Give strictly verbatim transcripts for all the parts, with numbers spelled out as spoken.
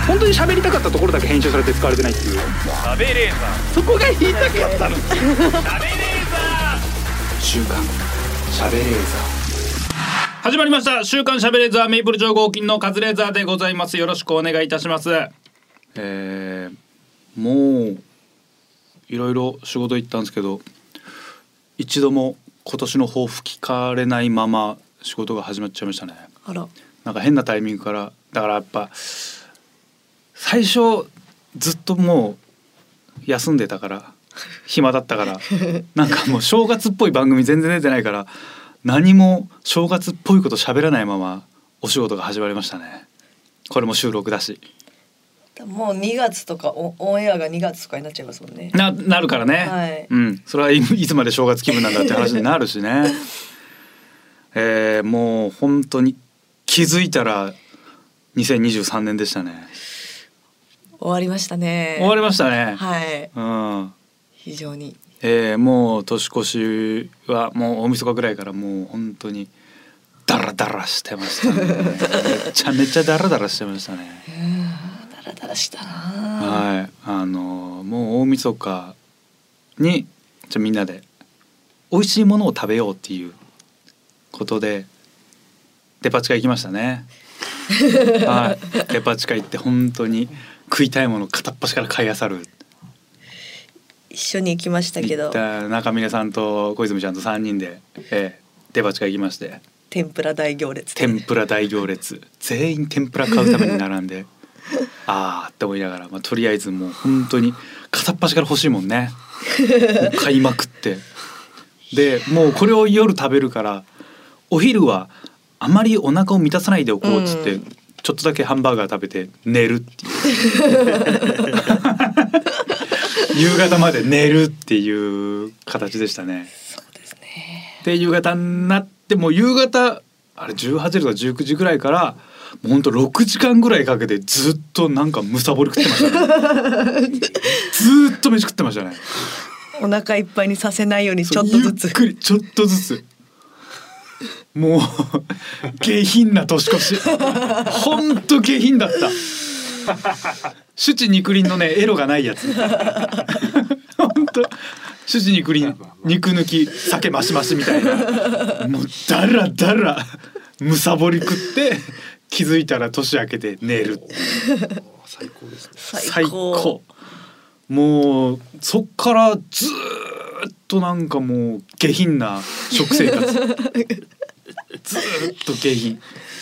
本当に喋りたかったところだけ編集されて使われてないっていう。 喋れーそこが言いたかったの。 ザー喋れーザ週刊喋れーー始まりました。週刊喋れーザー、メイプル超合金のカズレーザーでございます。よろしくお願いいたします。えー、もういろいろ仕事行ったんですけど、一度も今年の抱負聞かれないまま仕事が始まっちゃいましたね。 あら、 なんか変なタイミングから。だからやっぱ最初ずっともう休んでたから暇だったからなんかもう正月っぽい番組全然出てないから何も正月っぽいこと喋らないままお仕事が始まりましたね。これも収録だしもうにがつとか オ, オンエアがにがつとかになっちゃいますもんね。 な, なるからね、 はい、 うん、それはいつまで正月気分なんだって話になるしねえー、もう本当に気づいたらにせんにじゅうさんねんでしたね。 終わりましたね。 終わりましたね。 はい、 うん、 非常に、 えー、もう年越しはもう大晦日ぐらいからもう本当にダラダラしてましたねめちゃめちゃダラダラしてましたね。 ダラダラしたな。 はい、あのもう大晦日にじゃみんなで美味しいものを食べようっていうことでデパ地下行きましたねはい、デパ地下行って本当に食いたいものを片っ端から買い漁る。 一緒に行きましたけど、 中峰さんと小泉ちゃんとさんにんで、えー、デパ地下行きまして、 天ぷら大行列、 天ぷら大行列、全員天ぷら買うために並んであーって思いながら、まあ、とりあえずもう本当に片っ端から欲しいもんねもう買いまくってでもうこれを夜食べるからお昼はあまりお腹を満たさないでおこうっつって、うん、ちょっとだけハンバーガー食べて寝るっていう夕方まで寝るっていう形でしたね。 そうですね。 で夕方になってもう夕方あれじゅうはちじとかじゅうくじぐらいからもうほんとろくじかんぐらいかけてずっとなんかむさぼり食ってましたねずっと飯食ってましたね。 お腹いっぱいにさせないようにちょっとずつゆっくりちょっとずつもう下品な年越しほんと下品だった主治肉林のねエロがないやつほんと主治肉林肉抜き酒マシマシみたいなもうだらだらむさぼり食って気づいたら年明けて寝る最高ですね。 最高。もうそっからずっとなんかもう下品な食生活ずっと下品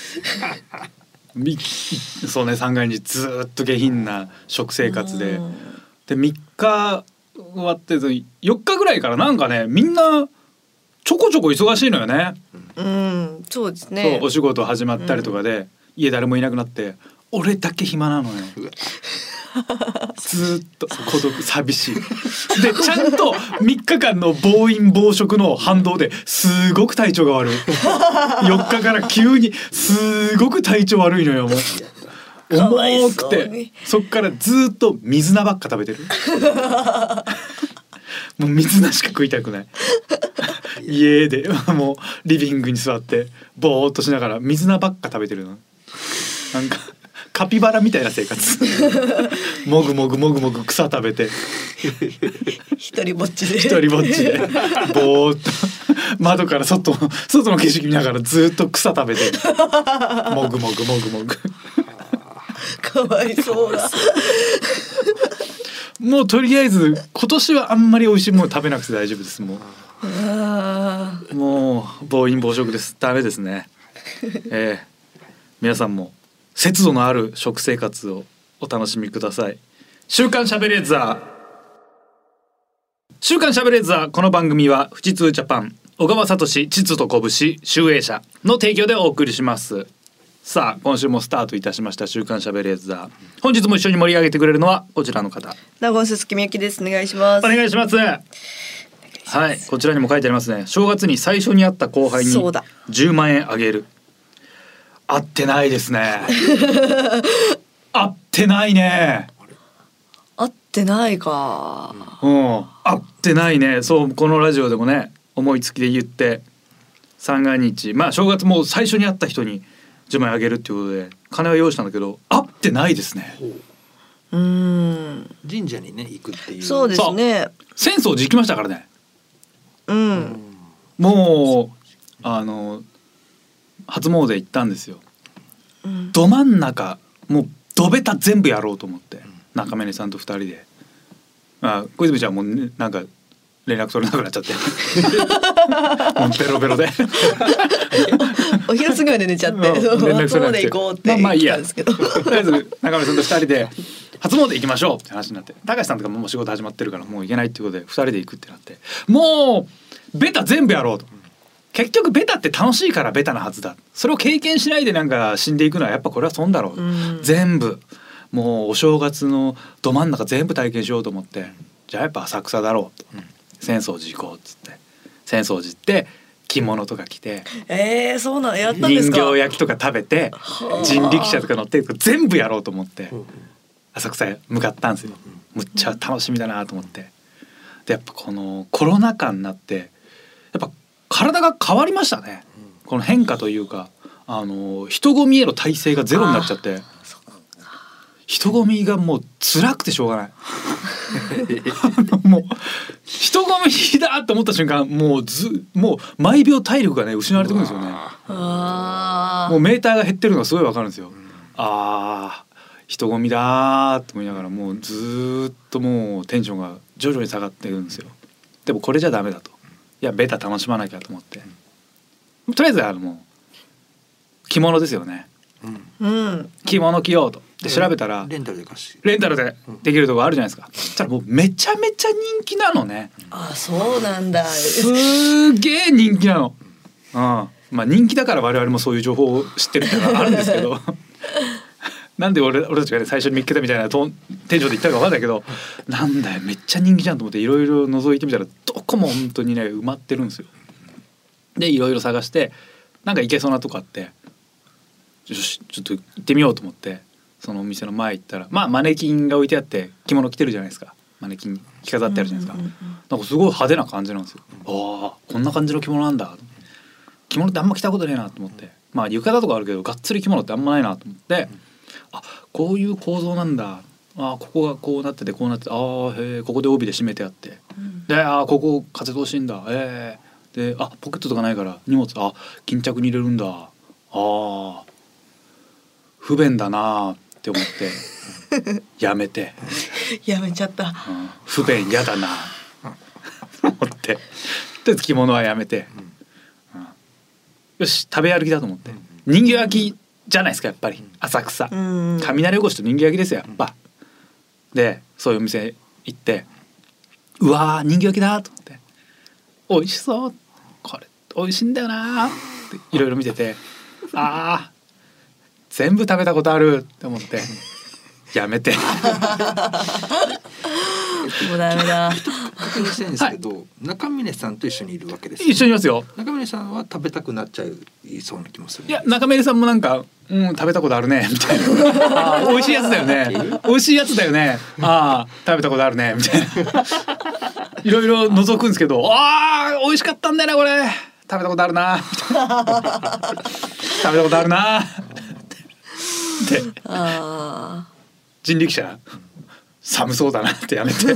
そうねさんがいにずっと下品な食生活ででみっか終わってよっかぐらいからなんかねみんなちょこちょこ忙しいのよね。 うん、そうですね。 そうお仕事始まったりとかで、うん、家誰もいなくなって俺だけ暇なのよずっと孤独寂しいでちゃんとみっかかんの暴飲暴食の反動ですごく体調が悪いよっかから急にすごく体調悪いのよ。もう重くてそっからずっと水菜ばっか食べてるもう水菜しか食いたくない家でもうリビングに座ってぼーっとしながら水菜ばっか食べてるの。なんかカピバラみたいな生活もぐもぐもぐもぐ草食べて一人ぼっちで一人ぼっちでぼーっと窓から外外の景色見ながらずっと草食べてもぐもぐもぐもぐかわいそうだもうとりあえず今年はあんまり美味しいもの食べなくて大丈夫です。もうあもう暴飲暴食です。ダメですね、えー、皆さんも節度のある食生活をお楽しみください。週刊しゃべれーザー週刊しゃべれーザー、この番組は富士通ジャパン、小川聡、膣と拳、集英社の提供でお送りします。さあ今週もスタートいたしました週刊しゃべれーザー、本日も一緒に盛り上げてくれるのはこちらの方、 名古屋鈴木みゆきです。お願いします。 お願いします。はい、こちらにも書いてありますね。正月に最初に会った後輩にじゅうまんえんあげる。会ってないですね会ってないね。 会ってないか。 うん、会ってないね。そうこのラジオでもね思いつきで言って三が日、まあ正月もう最初に会った人にじゅうまんえんあげるっていうことで金は用意したんだけど会ってないですね。 うーん神社にね行くっていう。 そうですね。 浅草寺行きましたからね。 うんうんもうあの初詣行ったんですよ。 うんど真ん中もうどべた全部やろうと思って中峰さんとふたりで、あ小泉ちゃんも、ね、なんか連絡取れなくなっちゃってもうベロベロでお昼過ぎまで寝ちゃって、 うんそう連絡初詣行こうって言まあまあいいやったんですけど、 とりあえず中村さんとふたりで初詣行きましょうって話になって、高橋さんとかももう仕事始まってるからもう行けないっていうことでふたりで行くってなって、もうベタ全部やろうと。結局ベタって楽しいからベタなはずだ、それを経験しないでなんか死んでいくのはやっぱこれは損だろう、 うん全部もうお正月のど真ん中全部体験しようと思って、じゃあやっぱ浅草だろうと、浅草寺行こうっつって浅草寺行って着物とか着てえー、そうなんやったんですか。 人形焼きとか食べてはあ人力車とか乗って全部やろうと思って浅草へ向かったんですよ。むっちゃ楽しみだなと思って、でやっぱこのコロナ禍になってやっぱ体が変わりましたね。この変化というか、あの人混みへの耐性がゼロになっちゃって、人混みがもう辛くてしょうがないあのもう人混みだと思った瞬間もうずもう毎秒体力がね失われてくるんですよね。 あもうメーターが減ってるのがすごいわかるんですよ。あー人混みだーと思いながらもうずーっともうテンションが徐々に下がっていくんですよ。でもこれじゃダメだと、いやベタ楽しまなきゃと思って、とりあえずあのもう着物ですよね。 うんうん着物着ようとで調べたらレンタルで貸し。 レンタルでできるとこあるじゃないですか。そしたらもうめちゃめちゃ人気なのね。 あそうなんだ。 すげえ人気なの。うん、まあ人気だから我々もそういう情報を知ってるっていうのはあるんですけどなんで俺俺たちがね最初に見っけたみたいなトーンテンションで言ったか分かんないけど、なんだよめっちゃ人気じゃんと思っていろいろ覗いてみたらどこも本当にね埋まってるんですよ。でいろいろ探してなんか行けそうなとこあって、よしちょっと行ってみようと思ってそのお店の前行ったら、まあマネキンが置いてあって着物着てるじゃないですか。マネキン着飾ってあるじゃないですか。 うんうんうんうんなんかすごい派手な感じなんですよ。ああこんな感じの着物なんだ。着物ってあんま着たことねえなと思って、まあ浴衣とかあるけどがっつり着物ってあんまないなと思って、あこういう構造なんだ、あここがこうなっててこうなってて、あーへえここで帯で締めてあって、であここ風通しいいんだ、えー、であポケットとかないから荷物あ巾着に入れるんだ、あー不便だなって思ってやめて、 やめちゃった。 うん、不便やだなと思ってとりあえず着物はやめて、うんよし食べ歩きだと思って、人形焼きじゃないですかやっぱり浅草、 うん雷おこしと人形焼きですよやっぱ。でそういうお店行ってうわー人形焼きだと思って美味しそうこれ美味しいんだよなっていろいろ見ててあー全部食べたことあるって思ってやめてもうダメだ。 確認したいんですけど、中峰さんと一緒にいるわけですよ。 一緒にいますよ。 中峰さんは食べたくなっちゃいそうな気もする。 いや中村さんもなんか、うん、食べたことあるねみたいなあー美味しいやつだよね美味しいやつだよねあー食べたことあるねみたいないろいろ覗くんですけど、あー美味しかったんだよねこれ食べたことあるな食べたことあるなであ人力車寒そうだなってやめて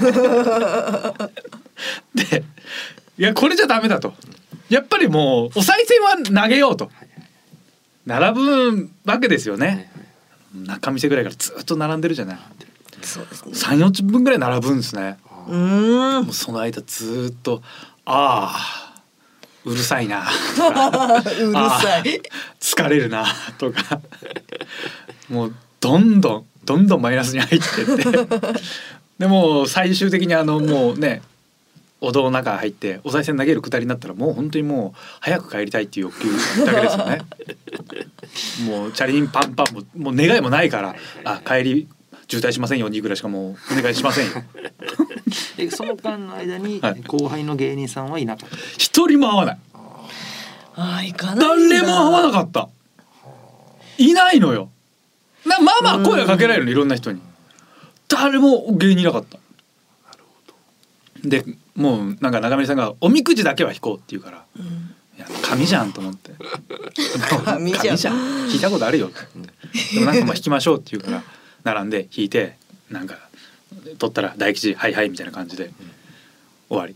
でいやこれじゃダメだと、やっぱりもうお賽銭は投げようと並ぶわけですよね。中店ぐらいからずっと並んでるじゃない。 ーそうですね。 さん、よんじゅっぷんぐらい並ぶんですね。 うーんもうその間ずっとああうるさいなうるさい。 あー疲れるなとかもうどんどんどんどんマイナスに入ってってでも最終的にあのもうねお堂の中入ってお賽銭投げるくだりになったらもう本当にもう早く帰りたいっていう欲求だけですよねもうチャリンパンパンももう願いもないから、あ帰り渋滞しませんよにぐらいしかもうお願いしませんよえその間の間にはい後輩の芸人さんはいなかった。 一人も会わない、 あー行かないんだ。 誰も会わなかった、いないのよな。まあまあ声はかけられるのいろんな人に、誰も芸人いなかった。でもうなんか中村さんがおみくじだけは引こうって言うから、 うんや紙じゃんと思って紙じゃん紙じゃん引いたことあるよでもなんかまあ引きましょうって言うから並んで引いてなんか取ったら大吉はいはいみたいな感じで終わり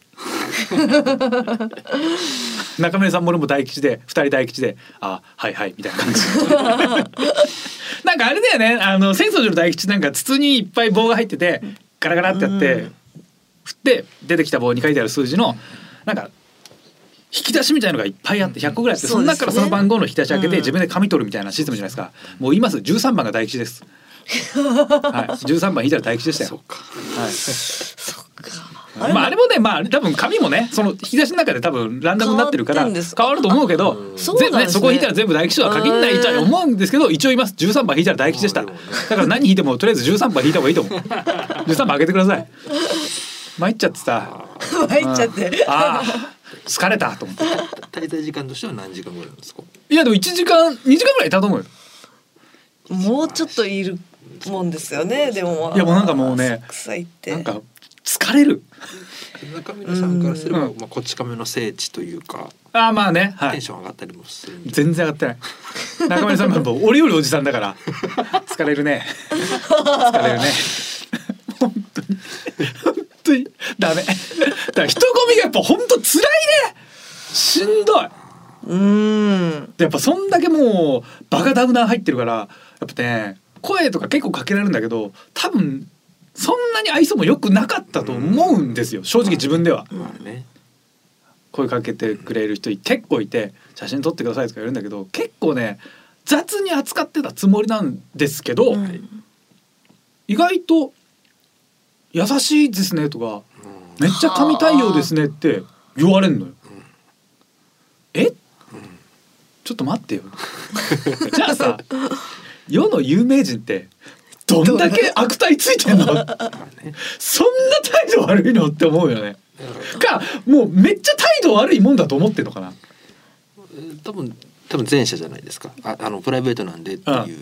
中村さんも俺も大吉でふたり大吉であはいはいみたいな感じなんかあれだよねあの浅草寺の大吉なんか筒にいっぱい棒が入っててガラガラってやって、うん、振って出てきた棒に書いてある数字のなんか引き出しみたいのがいっぱいあってひゃっこぐらいあって、うん、その中からその番号の引き出し開けて自分で紙取るみたいなシステムじゃないですか、うん、もう言いますじゅうさんばんが大吉です、はい、じゅうさんばん引いたら大吉でしたよ。 そうか、 はい、 そっかあまああれもねまあ多分紙もねその引き出しの中で多分ランダムになってるから変わると思うけど、うんそ, ねね、そこ引いたら全部大吉とは限らないとは思うんですけど一応言いますじゅうさんばん引いたら大吉でした。だから何引いてもとりあえずじゅうさんばん引いた方がいいと思うじゅうさんばん開けてください。参っちゃってさ参っちゃって、 うん、あ疲れたと思って滞在時間としては何時間ぐらいなんですか。 いやでもいちじかんにじかんぐらいいたと思うよ。 もうちょっといるもんですよね。でも、まあ、 いやもうなんかもうね臭いってなんか疲れる。 中村さんからすれば、うんまあ、こち亀の聖地というかあまあね、はい、 テンション上がったりもするんで全然上がってない中村さんも俺よりおじさんだから疲れるね疲れるね本当に本当にダメだから人混みがやっぱ本当辛いねしんどい。 うんやっぱそんだけもうバカダウナー入ってるからやっぱね声とか結構かけられるんだけど多分そんなに愛想も良くなかったと思うんですよ正直自分では、 まあね、 声かけてくれる人結構いて写真撮ってくださいとか言うんだけど結構ね雑に扱ってたつもりなんですけど、うん、意外と優しいですねとか、うん、めっちゃ神対応ですねって言われんのよ、うん、え、うん、ちょっと待ってよじゃあさ世の有名人ってどんだけ悪態ついてんのそんな態度悪いのって思うよねかもうめっちゃ態度悪いもんだと思ってんのかな。 多分多分前者じゃないですか。 あ, あのプライベートなんでっていう、うん、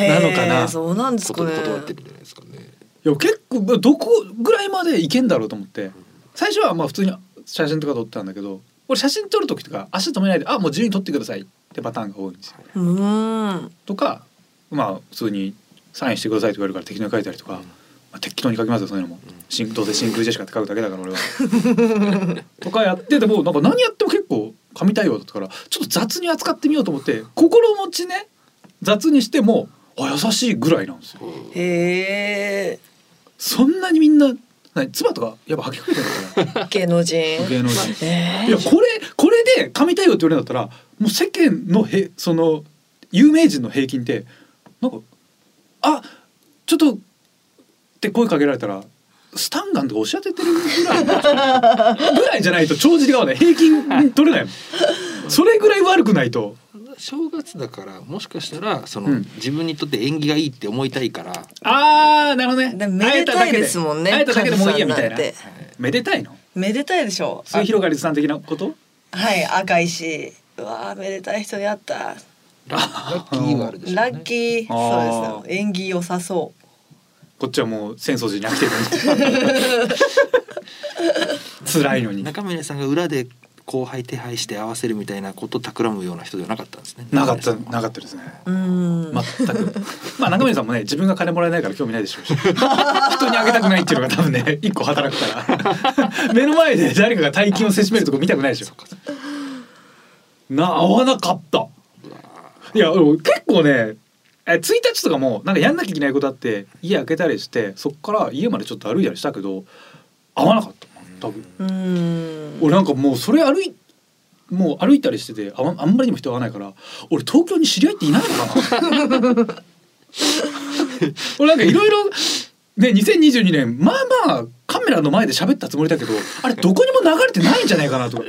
なのかな。 そうなんですかね。 断ってるんじゃないですかね。 いや結構どこぐらいまでいけんだろうと思って、うん、最初はまあ普通に写真とか撮ってたんだけど俺写真撮る時とか足止めないであもう自由に撮ってくださいってパターンが多いんですよ。 うんとかまあ普通にサインしてくださいと言われるから適当に書いたりとか、うんまあ、適当に書きますよそういうのも、うん、どうせ真空ジェシカって書くだけだから俺はとかやっててもなんか何やっても結構神対応だったからちょっと雑に扱ってみようと思って心持ちね雑にしてもあ優しいぐらいなんですよ。 へーそんなにみんな唾とかやっぱ吐きかけてるから芸能人芸能人、えー、いやこれこれで神対応って言われるんだったらもう世間のへその有名人の平均ってなんかあちょっとって声かけられたらスタンガンとか押し当ててるぐらいぐらいじゃないと帳尻が合わない平均取れないそれぐらい悪くないと。 正月だからもしかしたらその、うん、自分にとって縁起がいいって思いたいからあーなるほどね。 めでたいですもんね。 会えただけでもういいやみたいな。めでたいのめでたいでしょ。 末広がりさん的なこと。 はい赤いしうわめでたい人に会ったラッキーはあるでしょうね。 ラッキーそうですよ縁起良さそう。 こっちはもう浅草寺に飽きてる辛いのに中峰さんが裏で後輩手配して合わせるみたいなことを企むような人ではなかったんですね。 なかったなかったですね。うん全くまあ中峰さんもね自分が金もらえないから興味ないでしょうし人にあげたくないっていうのが多分ね一個働くから目の前で誰かが大金をせしめるとこ見たくないでしょな合わなかった。いや結構ねえついたちとかもなんかやんなきゃいけないことあって家開けたりしてそっから家までちょっと歩いたりしたけど合わなかった多分。うん俺なんかもうそれ歩いもう歩いたりしてて あ, あんまりにも人合わないから俺東京に知り合いっていないのかな俺なんかいろいろねにせんにじゅうにねんまあまあカメラの前で喋ったつもりだけどあれどこにも流れてないんじゃないかなとか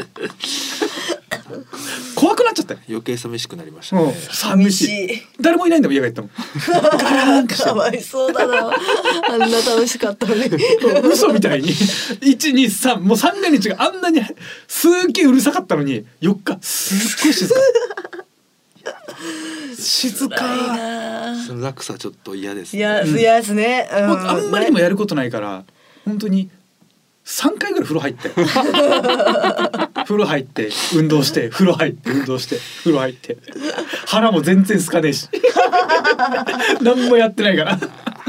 怖くなっちゃったよ。 余計寂しくなりましたね、うん、 寂しい誰もいないんだもん家が行ったもんガランとしてかわいそうだなあんな楽しかったのに嘘みたいにいちにさんもうさんが日があんなにすっげえうるさかったのによっかすっごい静か静かその落差ちょっと嫌ですね。いや嫌ですね、 うん、もうあんまりにもやることないから本当にさんかいぐらい風呂入って風呂入って運動して風呂入って運動して風呂入って腹も全然すかねえし何もやってないから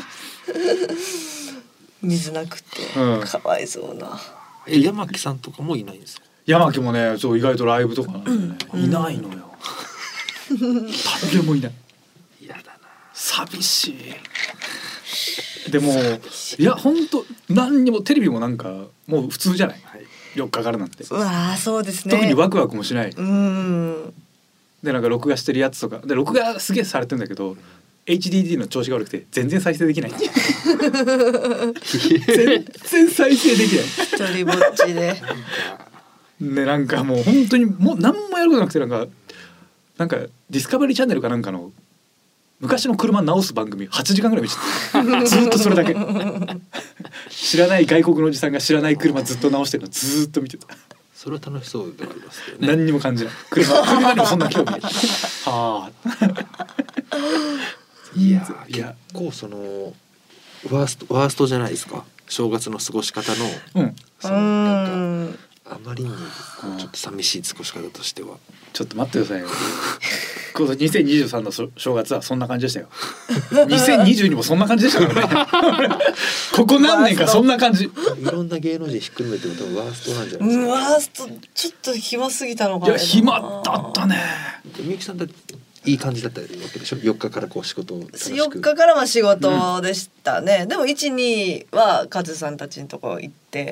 水なくて、 うんかわいそうな。 え山木さんとかもいないんですか？ 山木もねそう意外とライブとかなんでね、 うんいないのよ誰もいない。 嫌だな。 寂しい。でもいや本当何にもテレビもなんかもう普通じゃない、 はい、 よっかからなんて、 うわーそうですね。 特にワクワクもしない、 うんでなんか録画してるやつとかで録画すげえされてるんだけど エイチディーディー の調子が悪くて全然再生できない全然再生できない一人ぼっちでね。なんかもう本当にもう何もやることなくてなんかなんかディスカバリーチャンネルかなんかの昔の車直す番組はちじかんぐらい見ちゃったずっとそれだけ知らない外国のおじさんが知らない車ずっと直してるのずっと見てた。 それは楽しそうでありますよね。 何にも感じない。車車にもそんな興味ない。はあ。 いやいや結構そのワーストワーストじゃないですか。正月の過ごし方の、 うん。 そのなんかうんあまりにこうちょっと寂しい過ごし方としては。 ちょっと待ってくださいよ。このにせんにじゅうさんの正月はそんな感じでしたよ。にせんにじゅうにもそんな感じでしたからね。ここ何年かそんな感じ。 いろんな芸能人ひっくるめても多分ワーストなんじゃないですか。 うんワーストちょっと暇すぎたのかな。 いや暇だったね。 みゆきさんだっていい感じだったわけでしょ。よっかからこう仕事を楽しく。 よっかからは仕事でしたね、うん、でもいち、にはカズさんたちのとこ行って、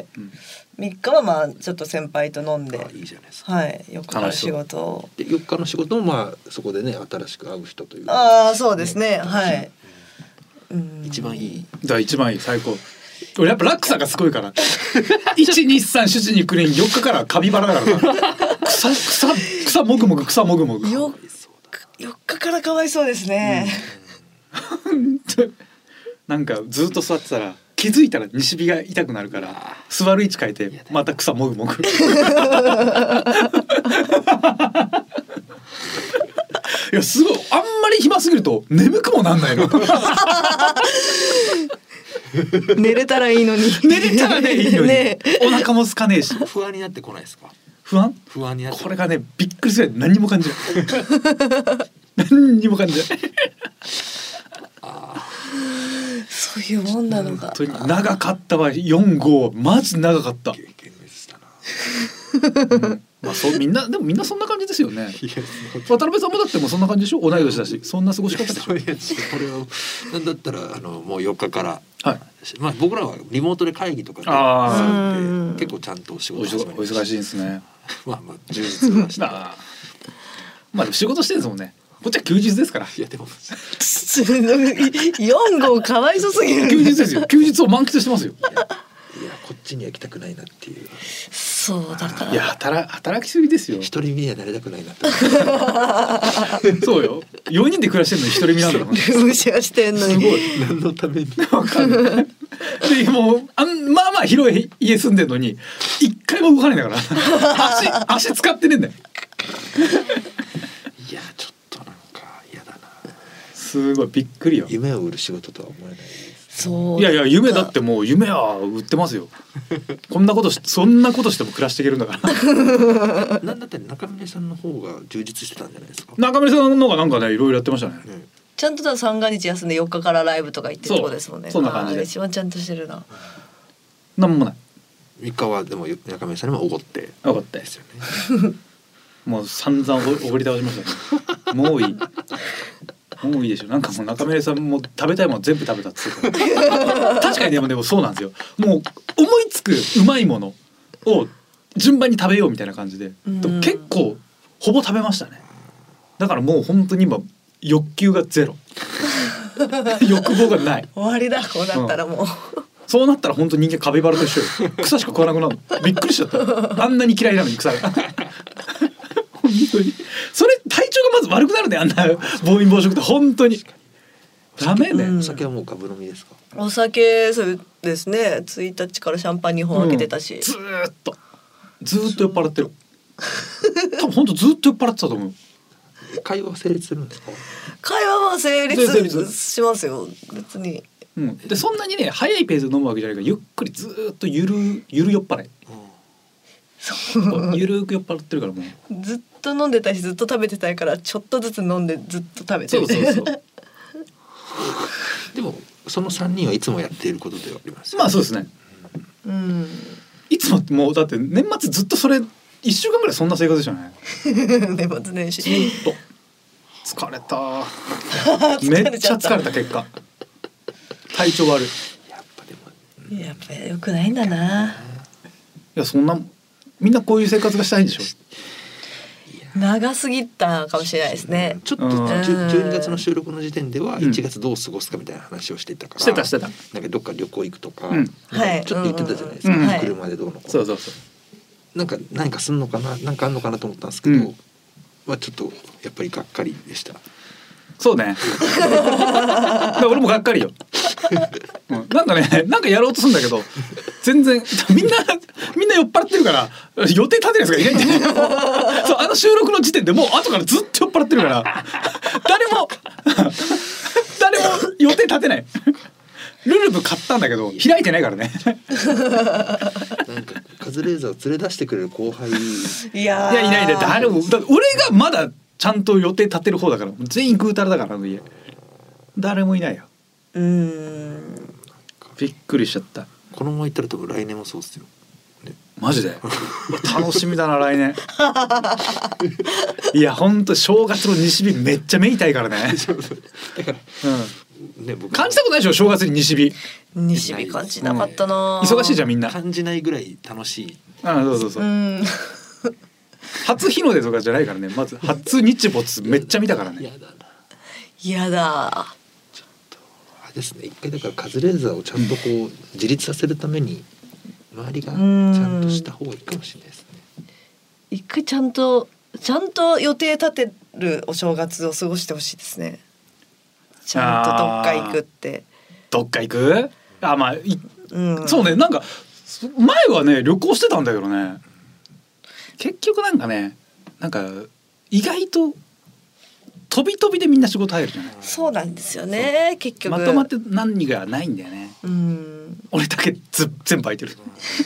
うん、 みっかはまあちょっと先輩と飲んで、 あいいじゃないですか。 はいよっかから仕事をでよっかの仕事もまあそこでね新しく会う人というああそうですね、はい、うん、 一番いい。 だから一番いい最高。俺やっぱ落差がすごいから。いち、に、さん、しちにくねんよっかからカビバラだからさ。草草草もぐもぐ草もぐもぐ。 よよっかからかわいそうですね、 うん、なんかずっと座ってたら気づいたら西日が痛くなるから座る位置変えてまた草もぐもぐ。いやすごいあんまり暇すぎると眠くもなんないの。 寝れたらいいのに寝れたらねいいのに、 ね、 お腹も空かねえし。 不安になってこないですか？ 不安不安になってこれがねびっくりする。何にも感じない。何にも感じない。 あそういうもんなのか。 本当に長かったわ。よん号マジ長かった。 経験したな。 うんまあそうみんなでもみんなそんな感じですよね。 いや渡辺さんもだってもうそんな感じでしょ。同い年だしそんな過ごし方でしょ。 そういうやつこれをなんだったらあのもうよっかから、 はい、 まあ僕らはリモートで会議とかであーするんで結構ちゃんと仕お事始まりました。 忙お忙しいですね。 まあまあ充実はしてあまあでも仕事してるんですもんね。こっちは休日ですから。 いやでもよん号かわいそすぎる。 休日ですよ。休日を満喫してますよ。 いやこっちには行きたくないなっていう。 そうだからいや働働きすぎですよ。 一人身にはなりたくないなってそうよ。よにんで暮らしてるのに一人身なんだもん。す無視はしてんのに。 ごい。 何のために。 わかる。でもうあんまあまあ広い家住んでるのに一回も動かないんだから。足足使ってねえんだよ。 いやちょっとなんか嫌だな。 すごいびっくりよ。 夢を売る仕事とは思えない。 そういやいや夢だってもう夢は売ってますよ。こんなことしそんなことしても暮らしていけるんだから。 なんだったら中村さんの方が充実してたんじゃないですか。 中村さんの方がなんかねいろいろやってましたね。 ねちゃんとだ三が日休んでよっかからライブとか行ってるとこですもんね。 そうそんな感じであー一番ちゃんとしてるな。 なんもない。 みっかはでも中村さんにもおごって分かったですよね。 もう散々おごり倒しましたね。もういい。もういいでしょ。なんかもう中村さんも食べたいもの全部食べたっつってた。確かにでもでもそうなんですよ。もう思いつくうまいものを順番に食べようみたいな感じで、 うんでも結構ほぼ食べましたね。だからもう本当に今欲求がゼロ。欲望がない。 終わりだこうなったらもう。 そうなったら本当人間カピバラと一緒よ。草しか食わなくなるの。びっくりしちゃった。あんなに嫌いなのに草が。本当にそれ体調がまず悪くなるね。あんな暴飲暴食って本当にダメね。 うんお酒はもうガブ飲みですか。 お酒そうですね。ついたちからシャンパンにほん開けてたし。 うん、ずーっとずーっと酔っ払ってる。多分本当ずーっと酔っ払ってたと思う。 会話は成立するんですか。 会話は成成立立しますよ。別に。 うん、でそんなにね早いペースで飲むわけじゃないからゆっくりずーっとゆるゆる酔っ払い。 ゆるく酔っ払ってるからもうずっと飲んでたしずっと食べてたいからちょっとずつ飲んでずっと食べてる。 そうそうそうでもそのさんにんはいつもやっていることではありますよね。 まあそうですね。 うんいつももうだって年末ずっとそれいっしゅうかんぐらいそんな生活でしたね。 年末年始ずっと疲れた疲めれちゃったっちゃ疲れた結果体調悪い。いやっぱでもやっぱり良くないんだな。 やそんなみんなこういう生活がしたいんでしょ。 長すぎたかもしれないですね。 ちょっとうんじゅじゅうにがつの収録の時点ではうんいちがつどう過ごすかみたいな話をしてたから、 してたしてた。 なんかどっか旅行行くとか、 うんなんかちょっと言ってたじゃないですか、 うんうんはい車でどうのこうの、 そうそうそうなんか何かすんのかな、なんかあんのかなと思ったんですけど、 うんまあちょっとやっぱりがっかりでした。 そうね。だから俺もがっかりよ。うん、なんかね、なんかやろうとするんだけど、全然みんなみんな酔っ払ってるから予定立てないやつがいないんだよ。そうあの収録の時点でもう後からずっと酔っ払ってるから誰も誰も予定立てない。ルルブ買ったんだけど開いてないからね。 なんかカズレーザーを連れ出してくれる後輩いやーいやいないで誰もだって俺がまだちゃんと予定立てる方だから全員グータラだからあの家誰もいないよ。 うーんびっくりしちゃった。 このまま行ったら多分来年もそうですよ、ね、 マジで楽しみだな来年。いやほんと正月の西日めっちゃ目痛いからね。 だからうん、 ね僕感じたことないでしょ正月に西日。 西日感じなかったな。 忙しいじゃんみんな。 感じないぐらい楽しい。 あそうそうそうう。 ん初日の出とかじゃないからね。まず初日没めっちゃ見たからね。 嫌だな。 やだ。 あれですね、一回だからカズレーザーをちゃんとこう自立させるために周りがちゃんとした方がいいかもしれないですね。 一回ちゃんとちゃんと予定立てるお正月を過ごしてほしいですね。ちゃんとどっか行くって。 どっか行く？あまあい、 うん、 そうねなんか前はね旅行してたんだけどね。結局なんかねなんか意外と飛び飛びでみんな仕事入るじゃない。 そうなんですよね結局。 まとまって何がないんだよね。 うん俺だけず全部空いてる。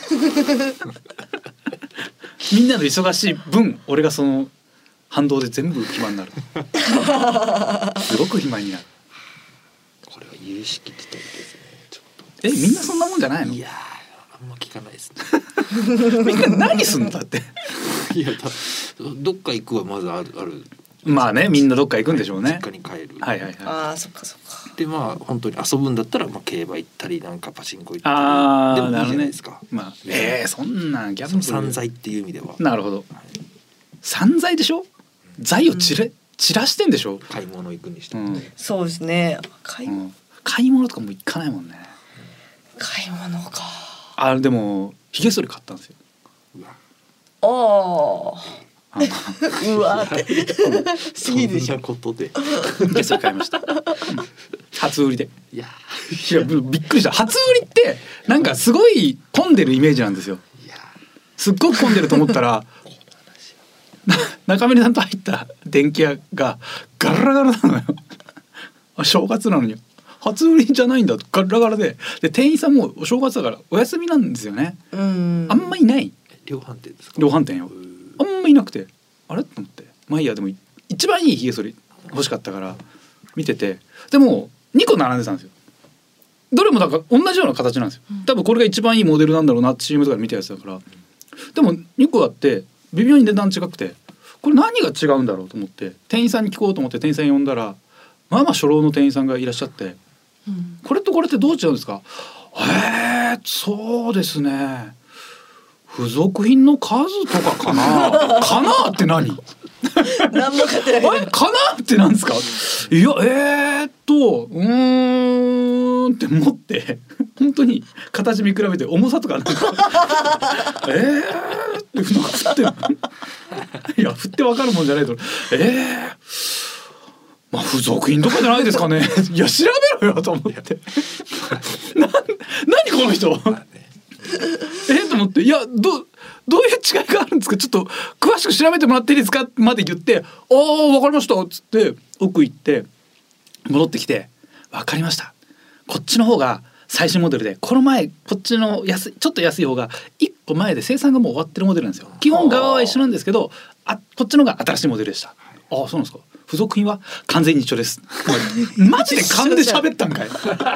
みんなの忙しい分俺がその反動で全部暇になる。すごく暇になる。 これは有識地点ですね。ちょっえみんなそんなもんじゃないの？ といやーあんま聞かないですね。 みんな何すんだっていやだどっか行くはまずあるある。 まあねみんなどっか行くんでしょうね。 実家に帰る。 はいはいはい。 ああそっかそっか。 でまあ本当に遊ぶんだったらまあ競馬行ったりなんかパチンコ行ったりあでもいいじゃあなるほどねないですか。。 まあえー、そんなギャンそのブル散財っていう意味では。 なるほど。散財でしょ？財を散れ、散らしてんでしょ？ 買い物行くにしても。 うんそうですね。買い,、 うん、買い物とかも行かないもんね。 買い物か。 あでもヒゲ剃り買ったんですよ。 うわああのあうわーってそいいでしょんな。ことで。 ヒゲ剃り買いました。うん初売りで。 いやいやぶびっくりした。初売りってなんかすごい混んでるイメージなんですよ。 いやすっごく混んでると思ったら中村さんと入った電気屋がガラガラなのよ。あ正月なのに初売りじゃないんだとガラガラでで店員さんもお正月だからお休みなんですよね。 うんあんまいない量販店ですか。 量販店よ。 うんあんまいなくてあれと思ってまあいいやでも一番いいひげ剃り欲しかったから見ててでもにこ並んでたんですよ。どれもなんか同じような形なんですよ。多分これが一番いいモデルなんだろうなって シーエム とかで見たやつだからでもにこあって微妙に値段違くてこれ何が違うんだろうと思って店員さんに聞こうと思って店員さん呼んだらまあまあ初老の店員さんがいらっしゃってうんこれとこれってどう違うんですか。へえそうですね付属品の数とかかなかなって何何も買ってない。 あれかなってなんですか。いやえー、っとうーんって思って本当に形見比べて重さとかなんかえーってなんか振っていや振って分かるもんじゃないとえー、まあ付属品とかじゃないですかねいや調べろよと思ってな何この人えー、と思っていやどどういう違いがあるんですかちょっと詳しく調べてもらっていいですかまで言ってああ分かりましたっつって奥行って戻ってきて分かりましたこっちの方が最新モデルでこの前こっちの安いちょっと安い方がいっこう前で生産がもう終わってるモデルなんですよ。基本側は一緒なんですけど、あこっちのが新しいモデルでした。ああそうなんですか。付属品は完全に一緒です。マジで勘で喋ったんかい。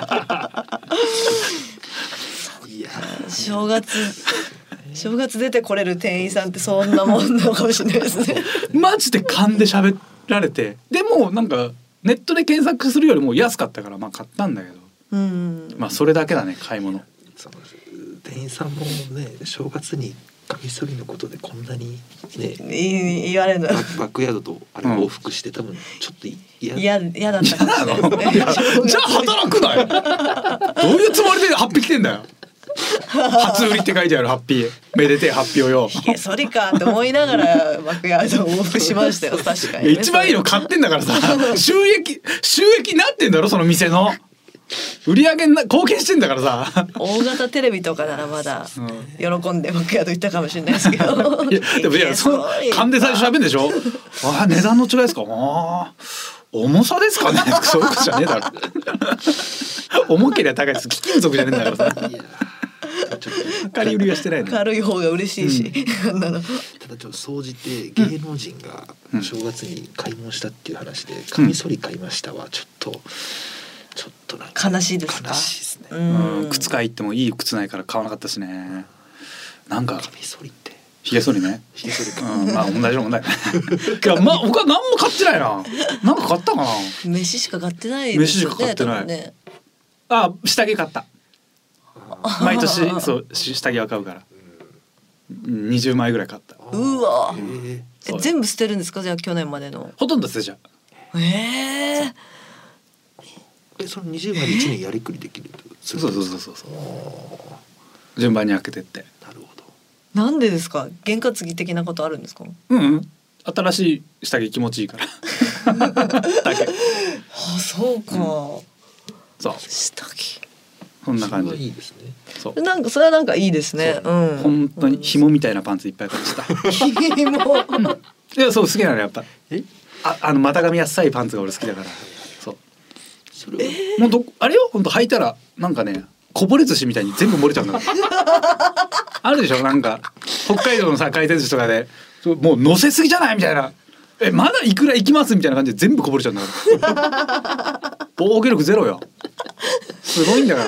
いや正月正月出てこれる店員さんってそんなもんなのかもしれないですね。 マジで勘で喋られて、でもなんかネットで検索するよりも安かったからまあ買ったんだけど、 うんまあそれだけだね買い物。 その店員さんもね正月にカミソリのことでこんなにねい言われるのバックヤードとあれ往復して多分ちょっと嫌嫌嫌だったかもしれないですね。 じゃあ働くなよ。どういうつもりでハッピー来てんだよ。初売りって書いてあるハッピーめでてえハッピーをよ。 ひげ剃りかって思いながらバックヤードを往復しましたよ。確かに、ね、 一番いいの買ってんだからさ収益収益になってんだろその店の売り上げにな貢献してんだからさ。 大型テレビとかならまだ喜んでバックヤード行ったかもしれないですけどいやでもいやその勘で最初喋るんでしょ。あ値段の違いですか。あ重さですかね。そういうことじゃねえだろ。重ければ高いです。貴金属じゃねえんだからさ。 いや借り売りはしてないの。 軽い方が嬉しいし、うん、なのただちょっと総じて芸能人が正月に買い物したっていう話で、カミソリ買いましたはちょっとちょっとなんか悲しいですか。 悲しいですね。 うん靴買いってもいい靴ないから買わなかったしね。なんかカミソリってひげ剃りね。 ひげ剃りか、 うん、まあ同じの問題。いやまあ僕は何も買ってないな。なんか買ったかな。 飯しか買ってないですよね。 飯しか買ってない多分ね。 あ下着買った。毎年そう下着は買うから。にじゅうまいぐらい買った。 うわへーえそう全部捨てるんですか。じゃあ去年までの。 ほとんど捨てちゃう。 えええそのにじゅうまいでいちねんやりくりできるってことですか。 そうそうそうそうそう順番に開けてって。 なるほど。 なんでですか。験担ぎ的なことあるんですか。 うん、うん、新しい下着気持ちいいからだけ。 あ、そうか、 そう下着そんな感それはいじ。 いですね。 そうなんかそれはなんかいいですね。 そううん。 本当に紐みたいなパンツいっぱい買ってた。 紐いやそう好きなのやっぱ。 えああの股上浅いパンツが俺好きだから。そうそれは、 本当あれよ本当履いたらなんかねこぼれ寿司みたいに全部漏れちゃうんだからあるでしょなんか北海道のさ回転寿司とかでそうもう乗せすぎじゃないみたいな。えまだいくら行きますみたいな感じで全部こぼれちゃうんだから防御力ゼロよ。すごいんだ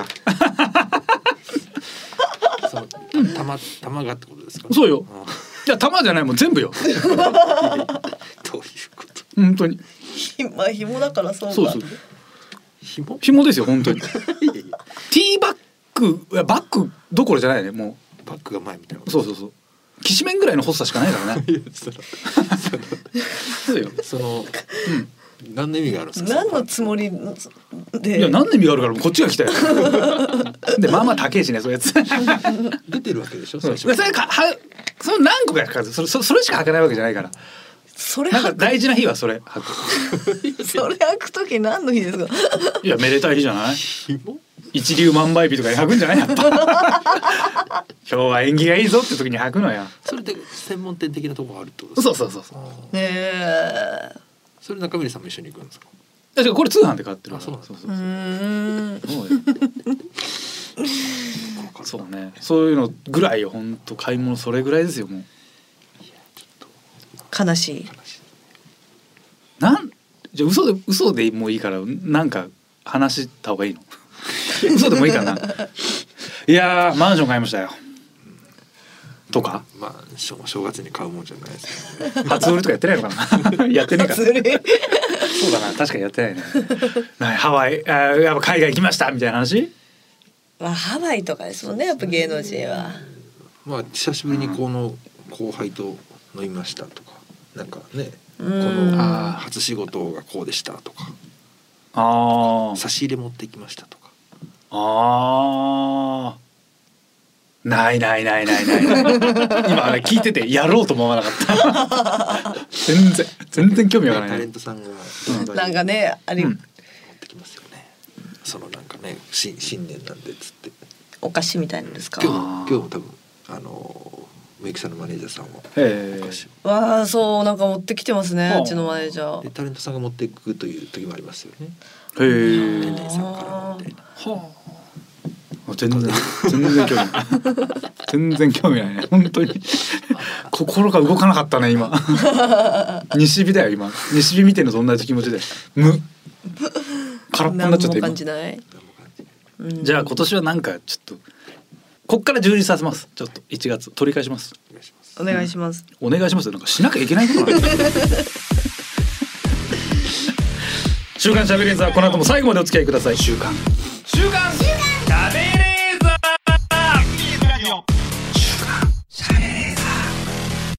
からその玉玉がってことですか。 そうよ。 あいや玉じゃないもん全部よ。 どういうこと。 本当にひまあ紐だからそうか。 そうそう紐。 紐ですよ本当に。ティーバッグいやバッグどころじゃないねもバッグが前みたいな。 う。そうそうそう。きしめんぐらいの細さしかないからね。 いやそのそうよ。 そのうん何の意味があるんですか。 何のつもりで。 いや何の意味があるからこっちが来たよ。でまあまあ高いしねそういうやつ。 出てるわけでしょそ最初。 れかはその何個かかそれそそれしか履かないわけじゃないから。 それなんか履く大事な日はそれ履く。 それ履くとき何の日ですか。 いやめでたい日じゃない。 紐。 一粒万倍日とかに履くんじゃないやっぱ。今日は縁起がいいぞって時に履くのよ。 それで専門店的なところがあるってことですか。 そうそうそうそう。 あーねえ。 それ中森さんも一緒に行くんですか。 だからこれ通販で買ってるから。 あそうなんだそうそううーん。 そうそうよそうね。そういうのぐらいよ本当買い物それぐらいですよもう。 悲しい。 なんじゃあ嘘で嘘でもういいからなんか話した方がいいの。嘘でもいいかな。いやーマンション買いましたよ。とかまあ正正月に買うもんじゃないですよね。 初売りとかやってないのかな。やってねえから。 初売りそうだな確かにやってないね。はいハワイあーやっぱ海外行きましたみたいな話。 まあハワイとかですもんねやっぱ芸能人は。 まあ久しぶりにこの後輩と飲みましたとかなんかねこうんのあー初仕事がこうでしたとかあー差し入れ持ってきましたとか。 あーないないないないない。今ね聞いててやろうとも思わなかった。全然全然興味わからタない。 レントさんがうんなんかねあれ、 うん持ってきますよね。そのなんかね新新年なんでっつってお菓子みたいなんですか。 今日あーも今日も多分あのメイクさんのマネージャーさんはへーお菓子をわあそうなんか持ってきてますねはあうちのマネージャー。 でタレントさんが持っていくという時もありますよね。 へえ。 天然さんからみたいな。 はあ。 全然全然興味ない全然興味ないね本当に心が動かなかったね今西日だよ今西日見てるのと同じ気持ちで無空っぽになっちゃった今何も感じない、うん、 じゃあ今年はなんかちょっとこっから充実させます。ちょっといちがつ取り返します。 お願いします。 お願いします。なんかしなきゃいけないことなんです週刊しゃべれーザー、この後も最後までお付き合いください。週刊週刊しゃべれーザー、週刊しゃべれーザー、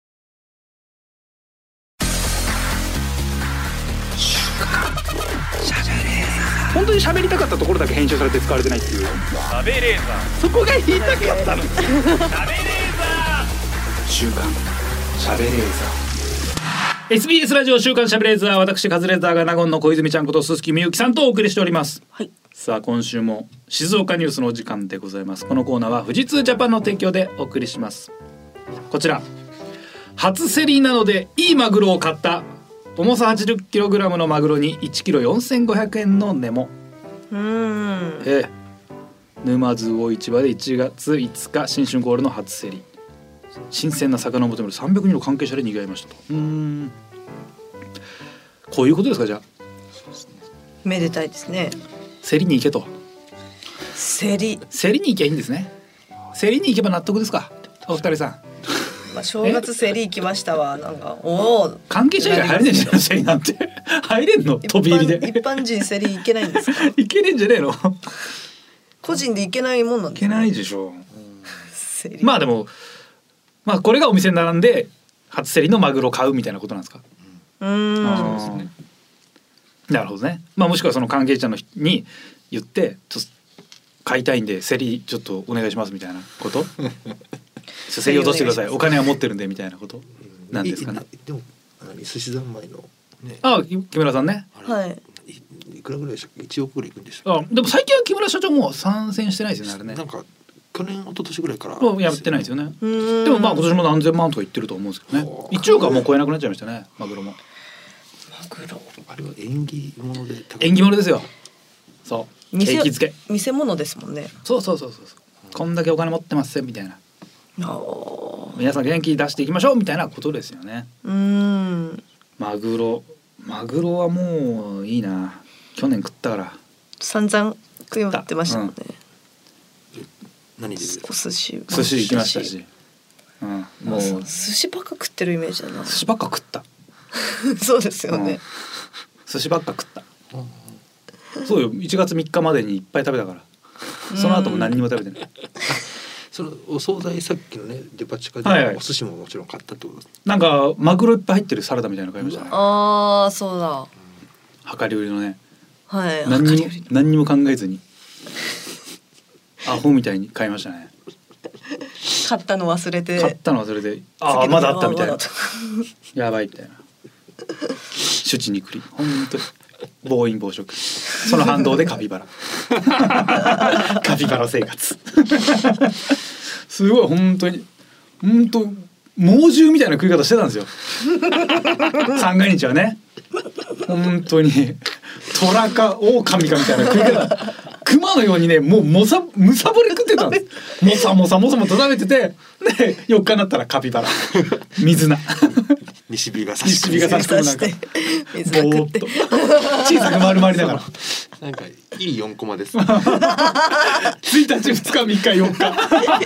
週刊しゃべれーザー。本当に喋りたかったところだけ編集されて使われてないっていう。しゃべれーザー、そこが言いたかったの。しゃべれーザー、週刊しゃべれーザー。エスビーエス ラジオ週刊しゃべれーザー、私カズレーザーが納言の小泉ちゃんこと鈴木みゆきさんとお送りしております、はい、さあ今週も静岡ニュースのお時間でございます。このコーナーは富士通ジャパンの提供でお送りします。こちら初競りなのでいいマグロを買った、重さ はちじゅっキログラム のマグロにいちキロよんせんごひゃくえんの値も。うーん、ええ、沼津魚市場でいちがついつか新春ゴールの初競り、新鮮な魚を求めるさんびゃくにんの関係者で賑わいましたと。うーん、こういうことですか。じゃあめでたいですね。 競りに行けと。 競り競りに行けばいいんですね。競りに行けば納得ですかお二人さん。 まあ正月競り行きましたわ。なんかおお、関係者以外入れねえじゃん競りなんて入れんの飛び入りで。 一般人競り行けないんですか行けねえんじゃねえの個人で行けないもんなんですか。 行けないでしょう。まあでもまあこれがお店に並んで初競りのマグロを買うみたいなことなんですか。うん、あ、そうですね。なるほどね。まあもしくはその関係者の人に言ってちょっと買いたいんで競りちょっとお願いしますみたいなこと競り落としてください、お金は持ってるんでみたいなことなんですかね。 でも寿司三昧の、ね、 ああ木村さんね、 はい、 いくらぐらいでしたっけ。いちおくぐらいいくんでしたっけ。 あでも最近は木村社長も参戦してないですよねあれね。 なんか去年一昨年ぐらいからやってないですよね。でもまあ今年も何千万とか言ってると思うんですけどね。いちおくはもう超えなくなっちゃいましたねマグロも。 マグロあれは縁起物で縁起物ですよ。そう景気づけ見せ物ですもんね。 そうそうそうそう、うん、こんだけお金持ってますみたいな、皆さん元気出していきましょうみたいなことですよね。うーん、マグロマグロはもういいな。去年食ったから散々食いまってましたもんね、 うん、何でお寿司寿司行きましたし、うん、もう寿司ばっか食ってるイメージだな。 寿司ばっか食ったそうですよね、うん、 寿司ばっか食った、うん、そうよ。いちがつみっかまでにいっぱい食べたからその後も何にも食べてない。 そのお惣菜さっきのねデパ地下でお寿司ももちろん買ったってことです、 はいはい、なんかマグロいっぱい入ってるサラダみたいなの買いましたね。 ああそうだ、 量り売りのね、 はい、 何にも何にも考えずにアホみたいに買いましたね。 買ったの忘れて買ったの忘れて、ああまだあったみたいなやばいみたいな手地にくり本当に暴飲暴食、その反動でカピバラカピバラ生活すごい本当に本当猛獣みたいな食い方してたんですよ三が日はね。本当に虎か狼かみたいな食い方、熊のようにねもうもさむさぼり食ってたんです。もさもさもさもさ食べてて、でよっかになったらカピバラ水菜西日が差し西日が差し込むなんか水菜食ってぼーっと小さく丸まりながらなんかいいよんコマですついたちふつかみっかよっか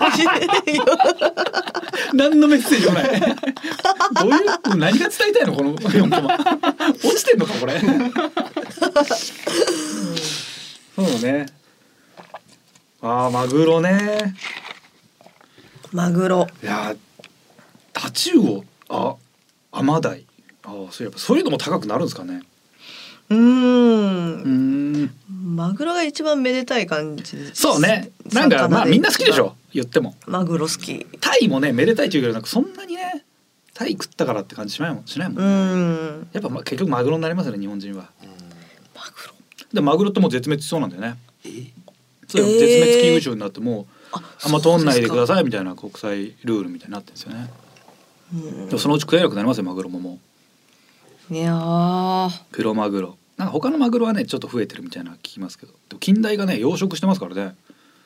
何のメッセージもないどういう何が伝えたいのこのよんコマ落ちてんのかこれそうね。あーマグロね。 マグロいやタチウオ、あアマダイ、あそういえばそういうのも高くなるんですかね。 うーん、 うーんマグロが一番めでたい感じです。 そうね。なんかまあみんな好きでしょ言っても。 マグロ好き。 タイもねめでたいというけどなんかそんなにねタイ食ったからって感じしないもんしないもん、ね、うんやっぱ、ま、結局マグロになりますよね日本人は。 マグロでマグロってもう絶滅しそうなんだよね。えそう絶滅危惧種になってもう、えー、あんま通んないでくださいみたいな国際ルールみたいになってるんですよね。うんでもそのうち食えなくなりますよマグロももう。いや黒マグロなんか他のマグロはねちょっと増えてるみたいな聞きますけど、でも近代がね養殖してますからね。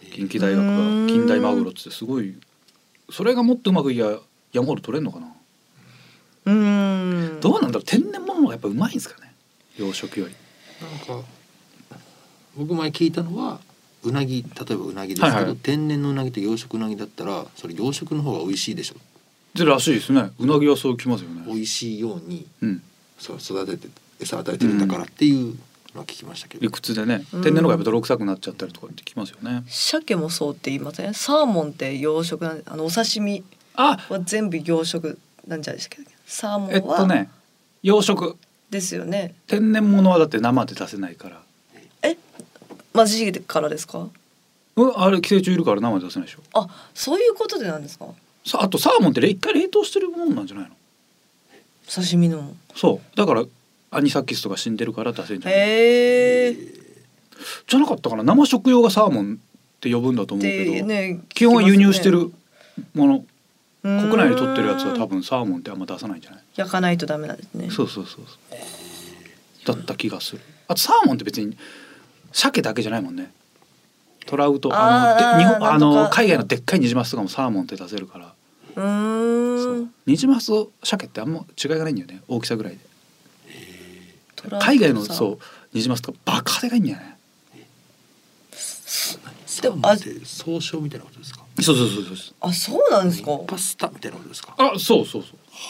近畿大学が近代マグロっつってすごい、それがもっとうまくいや山ほど取れんのかな。 うーんどうなんだろう、天然物の方がやっぱうまいんですかね、養殖より。 なんか僕前聞いたのはうなぎ、例えばうなぎですけど、 はいはい、 天然のうなぎと養殖うなぎだったらそれ養殖の方が美味しいでしょでらしいですね。うなぎはそうきますよね。 美味しいように、 うん、 そう育てて餌与えてるんだからっていうのは聞きましたけど、 理屈でね、天然の方がやっぱ泥臭くなっちゃったりとかって聞きますよね。 鮭もそうって言いません？サーモンって養殖なんで、あのお刺身あ、 は全部養殖なんじゃないですか。サーモンはえっとね養殖ですよね。 天然物はだって生で出せないから。 え、マジでからですか？ うん、あれ寄生虫いるから生で出せないでしょ。 あ、そういうことでなんですか？ さあとサーモンって一回冷凍してるものなんじゃないの。 刺身の。 そうだからアニサキスとか死んでるから出せるんじゃない。 へえ。 じゃなかったかな。生食用がサーモンって呼ぶんだと思うけど、 ね、 基本は輸入してるもの、 国国内で取ってるやつは多分サーモンってあんま出さないんじゃない。 焼かないとダメなんですね。 そうそうそうそうだった気がする。あとサーモンって別に鮭だけじゃないもんね。トラウト、あので日本あの海外のでっかいニジマスとかもサーモンって出せるから。 うーん。 ニジマスと鮭ってあんま違いがないんだよね、大きさぐらいで。 トラウト海外のそうニジマスとかバカでかいんだよね。 サーモンって総称みたいなことですか。 そうそうそうそう。 あ、そうなんですか。 パスタみたいなことですか。 あ、そうそうそう。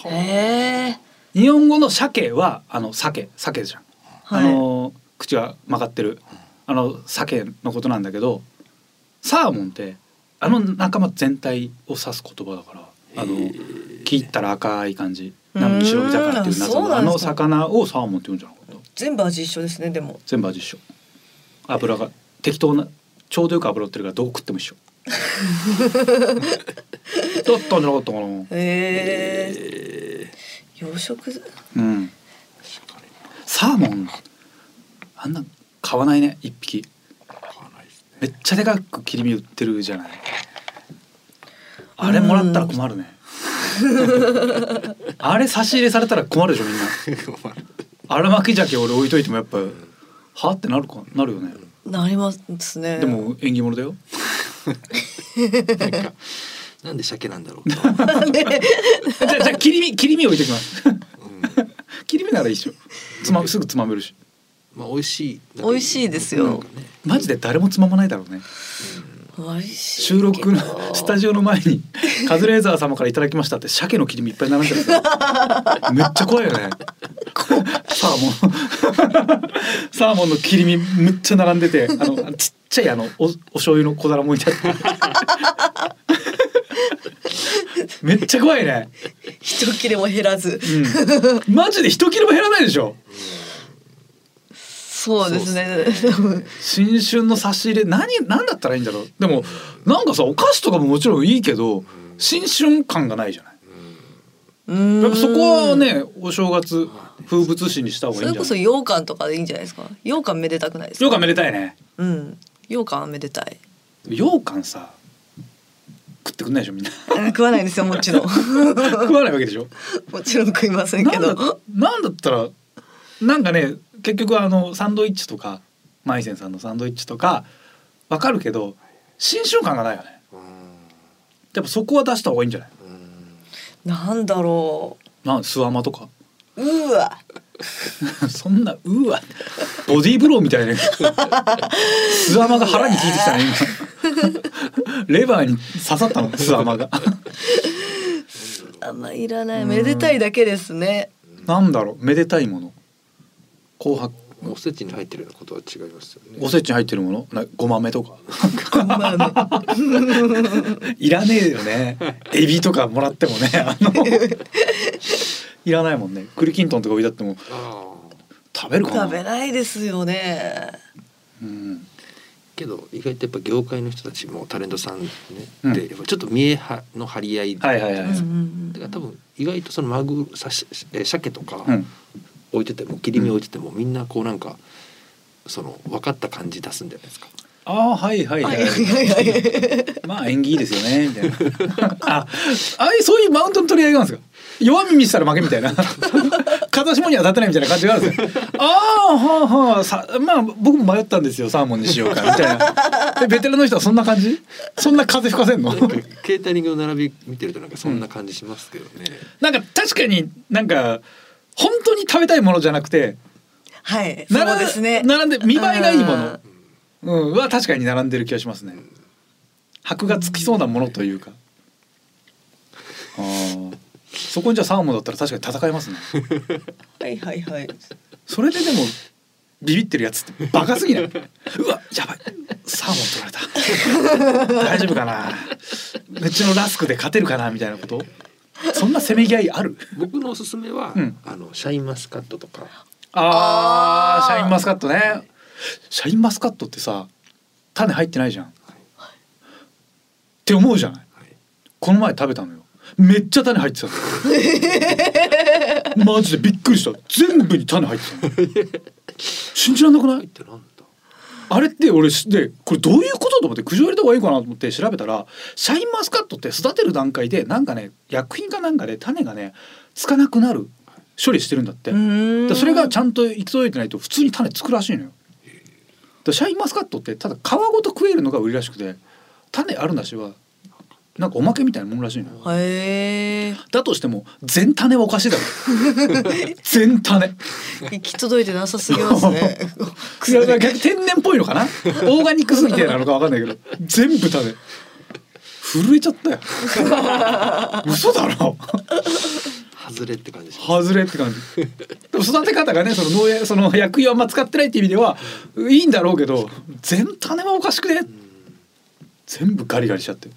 へえ。 日本語の鮭はあの鮭鮭じゃん、 はい、 あの口が曲がってるあの鮭のことなんだけど、サーモンってあの仲間全体を指す言葉だから、あの切ったら赤い感じ、なのに白身魚っていう謎のあの魚をサーモンって言うんじゃなかった。全部味一緒ですね。でも全部味一緒。油が適当なちょうどよく油ってるからどこ食っても一緒だったんじゃなかったかな。 へえ。養殖、 うん、サーモンあんな買わないね、一匹。めっちゃでかく切り身売ってるじゃない。あれもらったら困るねあれ差し入れされたら困るでしょみんな荒巻鮭俺置いといてもやっぱはってなるかなるよね。 なりますね。 でも縁起物だよなんかなんで鮭なんだろうじゃあじゃあ切り身切り身置いてきます、うん、切り身ならいいっしょ。つま、すぐつまめるし。 まあ美味しい美味しいですよ、ね、 マジで誰もつままないだろうね、 うん、美味しい。 収録のスタジオの前にカズレーザー様からいただきましたって鮭の切り身いっぱい並んでるめっちゃ怖いよねサーモンサーモンの切り身めっちゃ並んでて、あのちっちゃいあの お, お醤油の小皿も置いてあってめっちゃ怖いね。 一切れも減らず、 うん、マジで一切れも減らないでしょ。 そうですね。 新春の差し入れ何何だったらいいんだろう。でもなんかさお菓子とかももちろんいいけど新春感がないじゃない。やっぱそこはねお正月風物詩にした方がいいんじゃない。 それこそ羊羹とかでいいんじゃないですか。羊羹めでたくないですか。 羊羹めでたいね。 うん。羊羹はめでたい。 羊羹さ食ってくんないでしょみんな食わないんですよもちろん食わないわけでしょもちろん食いませんけど。 なんだ、なんだったらなんかね結局あのサンドイッチとかマイセンさんのサンドイッチとかわかるけど新春感がないよね。やっぱそこは出した方がいいんじゃない。 なんだろう。なんスワマとか。 うわそんなうわボディーブローみたいなスワマが腹に効いてきたね今レバーに刺さったのスワマがあんまいらない。めでたいだけですね。 なんだろうめでたいもの。紅白おせちに入ってるようなことは違いますよね。 おせちに入ってるものなごまめとかごまめいらねえよね。エビとかもらってもねあのいらないもんね。栗きんとんとか置いてあっても食べるかな。 食べないですよね、 うん、 けど意外とやっぱ業界の人たちもタレントさんね、 うん、 でやっぱちょっと見えはの張り合い、 はいはいはい、 だから多分意外とそのマグロさし鮭とかうん置いてても切り身置いててもみんなこうなんかその分かった感じ出すんじゃないですか。 ああはいはいはい、 はいはいはいまあ縁起いいですよねみたいなあああいうそういうマウントの取り合いがあるんですか。弱み見せたら負けみたいな風下には当たってないみたいな感じがあるんですよ。ああはあはあさまあ僕も迷ったんですよサーモンにしようかみたいな。でベテランの人はそんな感じそんな風吹かせんのなんかケータリングの並び見てるとなんかそんな感じしますけどね、 なんか確かになんか本当に食べたいものじゃなくてはいそう並んですね。 並んで見栄えがいいものうんうんは確かに並んでる気がしますね。箔がつきそうなものというか。あーそこにじゃあサーモンだったら確かに戦えますね。 はいはいはい。 それででもビビってるやつってバカすぎない。うわやばいサーモン取られた大丈夫かなうちのラスクで勝てるかなみたいなこと。そんなせめぎ合いある。 僕のおすすめは、 うんあのシャインマスカットとかあーあーシャインマスカットね。シャインマスカットってさ種入ってないじゃん、って思うじゃない、 はい、 この前食べたのよ。めっちゃ種入ってたのマジでびっくりした。全部に種入ってたの信じらんなくない？ ってなんだあれって俺でこれどういうことと思って苦情入れた方がいいかなと思って調べたら、シャインマスカットって育てる段階でなんかね薬品かなんかで種がねつかなくなる処理してるんだって。でそれがちゃんと行き届いてないと普通に種つくらしいのよ。でシャインマスカットってただ皮ごと食えるのが売りらしくて、種あるなしはなんかおまけみたいなもんらしいのよ。 へえ。 だとしても全種はおかしいだろ全種行き届いてなさすぎますね。 いやだから逆に天然っぽいのかなオーガニックすぎてなのかわかんないけど全部種震えちゃったよ嘘だろ外れって感じします。 外れって感じでも育て方がねその農薬その薬品をあんま使ってないっていう意味ではいいんだろうけど全種はおかしくね全部ガリガリしちゃって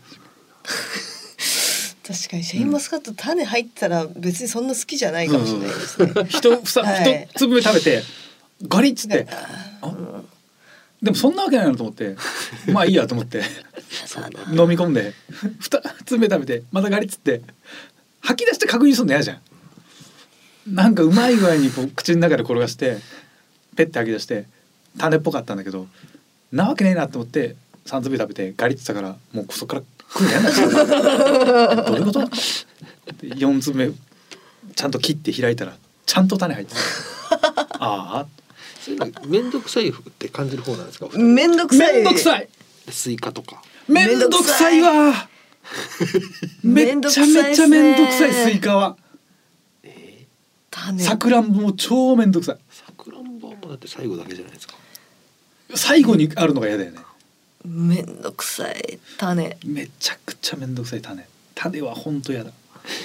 確かにシャインマスカット種入ったら別にそんな好きじゃないかもしれないですね。 一房はい一粒目食べてガリッつってあでもそんなわけないなと思ってまあいいやと思って飲み込んで二粒目食べてまたガリッつって吐き出して確認するの嫌じゃん。なんかうまい具合にこう口の中で転がしてペッて吐き出して種っぽかったんだけどなわけねえなと思ってさん粒目食べてガリッつったからもうそこから食うの嫌になっちゃうどういうことでよん粒目ちゃんと切って開いたらちゃんと種入ってたああそういうの面倒くさいって感じる方なんですか。 めんどくさい。 めんどくさいスイカとか。 めんどくさいわめっちゃめちゃめんどくさいスイカは。 種。 さくらんぼも超めんどくさい。 さくらんぼもだって最後だけじゃないですか。 最後にあるのが嫌だよね。 めんどくさい種。 めちゃくちゃめんどくさい種。種は本当嫌だ。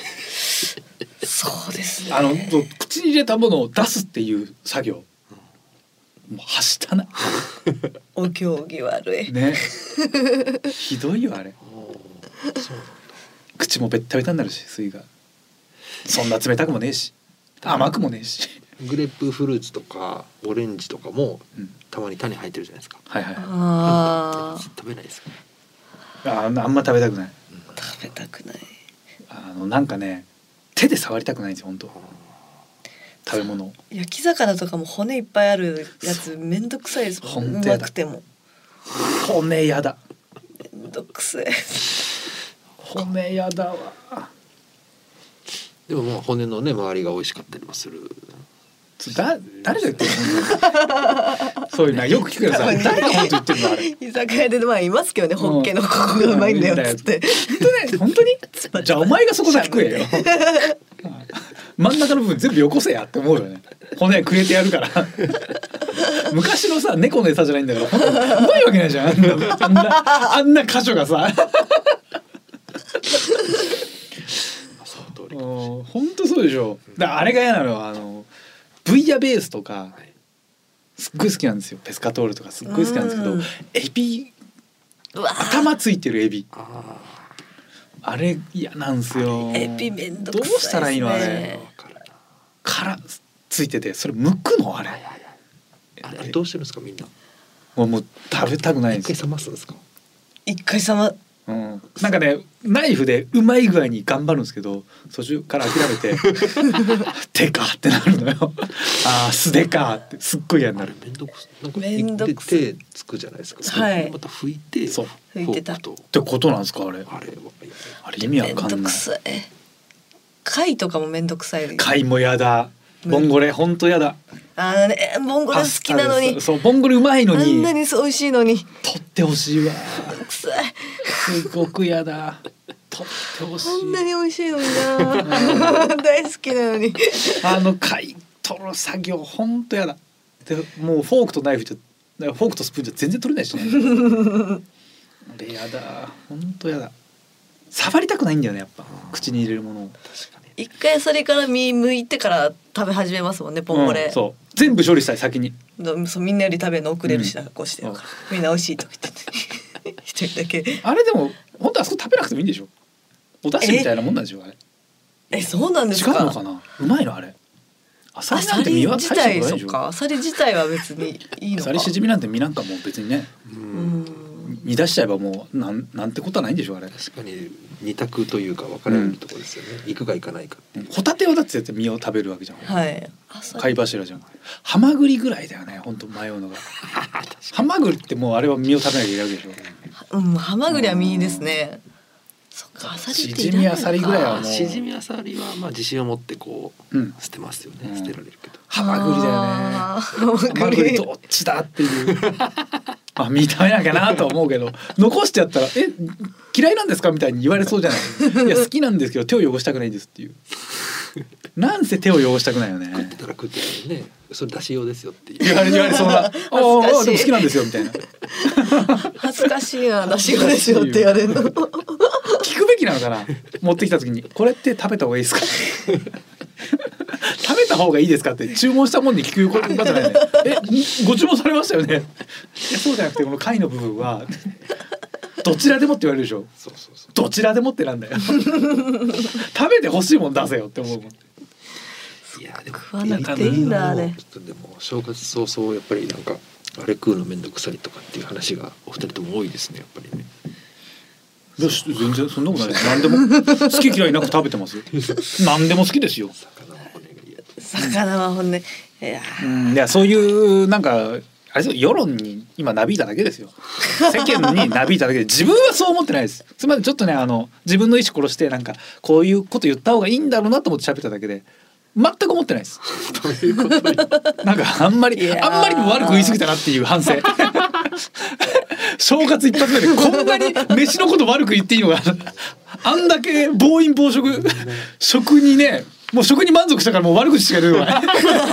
そうですね。 あの口に入れたものを出すっていう作業。もうはしたな。 お行儀悪い。 ね。ひどいよあれ。 そう口もべったべたになるしスイカ。そんな冷たくもねえし甘くもねえし。 グレープフルーツとかオレンジとかも、 うん、 たまに種入ってるじゃないですか。 はいはい。 ああ。 食べないですか。 ああんま食べたくない。 食べたくない。 あのなんかね手で触りたくないんですよ本当。食べ物。 焼き魚とかも骨いっぱいあるやつめんどくさいですもん。うまくても。 骨やだ。 めんどくさい。 骨やだわ。 でもまあ骨のね周りが美味しかったりもする。 だ誰が言ってるのそういうのよく聞くけどさ誰が本当言ってるのあれ。 居酒屋でまあいますけどね、ホッケのここがうまいんだよっつって。 本当にじゃあお前がそこだけ食えよ。真ん中の部分全部よこせやって思うよね。骨くれてやるから。昔のさ猫の餌じゃないんだから本当うまいわけないじゃん。あんなあんな、あんな箇所がさ。本当そうでしょ。だからあれが嫌なのはあのブイヤベースとかすっごい好きなんですよ。ペスカトールとかすっごい好きなんですけど、エビ頭ついてるエビ。 ああれ嫌なんですよ。 エビめんどくさいですね。 どうしたらいいのあれ。殻ついててそれ剥くのあれ。 あれどうしてるんですかみんな。 もうもう食べたくないん一回ですよ。 冷ますんですか。 一回冷まうん、なんかねナイフでうまい具合に頑張るんですけど途中から諦めて手かってなるのよあー素手かってすっごい嫌になる。 めんどくさなんかめんどくさい手つくじゃないですか。 はいそれまた拭いてそう拭いてたフォークってことなんですかあれ。 とあれはあれ意味わめんどかんない。 くさい。貝とかもめんどくさい。 貝もやだ。ボンゴレほんとやだ。 あーねボンゴレ好きなのに。 そうボンゴレうまいのあんになに美味しいのに。 取ってほしいわ。 くさい。 すごくやだ。取ってほしい。 あんなに美味しいのにな。大好きなのに。 あの貝取る作業ほんとやだ。でもうフォークとナイフじゃフォークとスプーンじゃ全然取れないしね。あれやだほんとやだ。触りたくないんだよねやっぱ口に入れるものを。確かに。 一回それから身剥いてから食べ始めますもんねボンゴレ、 うん、そう全部処理したい先に。 そうみんなより食べるの遅れるしな、こうしてるから、みんな美味しいと言って一人だけ。 あれでも本当あそこ食べなくてもいいんでしょ。お出汁みたいなもんなんでしょあれ。 えそうなんです違か。 うのかな。うまいのあれ。アサアサリなんて身リ自は大したことない体でしょ。 そっかアサリ自体は別にいいのか。 アサリシジミなんて身なんかもう別にねううんん煮出しちゃえばもうなんなんてことはないんでしょあれ。 確かに二択というか分かれるところですよね、うん、行くか行かないかっていう。 ホタテはだって絶対身を食べるわけじゃん。 はいアサリ貝柱じゃん。ハマグリぐらいだよね本当迷うのが。ハマグリってもうあれは身を食べなきゃいけないわけでしょ。 うんハマグリは身ですね。そっかアサリっていらないのか。 シジミアサリぐらいはもうシジミアサリはまあ自信を持ってこう、 うん捨てますよね、 うん捨てられるけど。 ハマグリだよね。 あーハハママグリグリどっちだっていう。まあ見た目なきゃなとは思うけど残してやったらえ嫌いなんですかみたいに言われそうじゃない。いや好きなんですけど手を汚したくないんですっていう。なんせ手を汚したくないよね。 食ってたら食ってたらね、それ出し用ですよっていう。 言われ言われそうな。ああ恥ずかしいでも好きなんですよみたいな。 恥ずかしいな出し子ですよって言われるの。 聞くべきなのかな。持ってきた時にこれって食べた方がいいですか。食べた方がいいですかって注文したもんに聞く言葉じゃないね。えご注文されましたよね。いやそうじゃなくてこの貝の部分はどちらでもって言われるでしょ。 そうそうそう。 どちらでもってなんだよ。食べて欲しいもん出せよって思うもん。 いやでも食わなくていいんだあれ。 ちょっとでも正月早々やっぱりなんかあれ食うのめんどくさいとかっていう話がお二人とも多いですねやっぱりね。 よし全然そんなことないです。何でも好き嫌いなく食べてますよ。何でも好きですよ。 魚の骨が嫌だ。 魚はほんねいやうんいやそういうなんかあれですよ世論に今なびいただけですよ。世間になびいただけで自分はそう思ってないです。つまりちょっとねあの自分の意思殺してなんかこういうこと言った方がいいんだろうなと思って喋っただけで全く思ってないです。 どういうことなんかあんまりいやーあんまりも悪く言い過ぎたなっていう反省。正月一発目でこんなに飯のこと悪く言っていいのか。あんだけ暴飲暴食食にねもう食に満足したからもう悪口しか出てこない。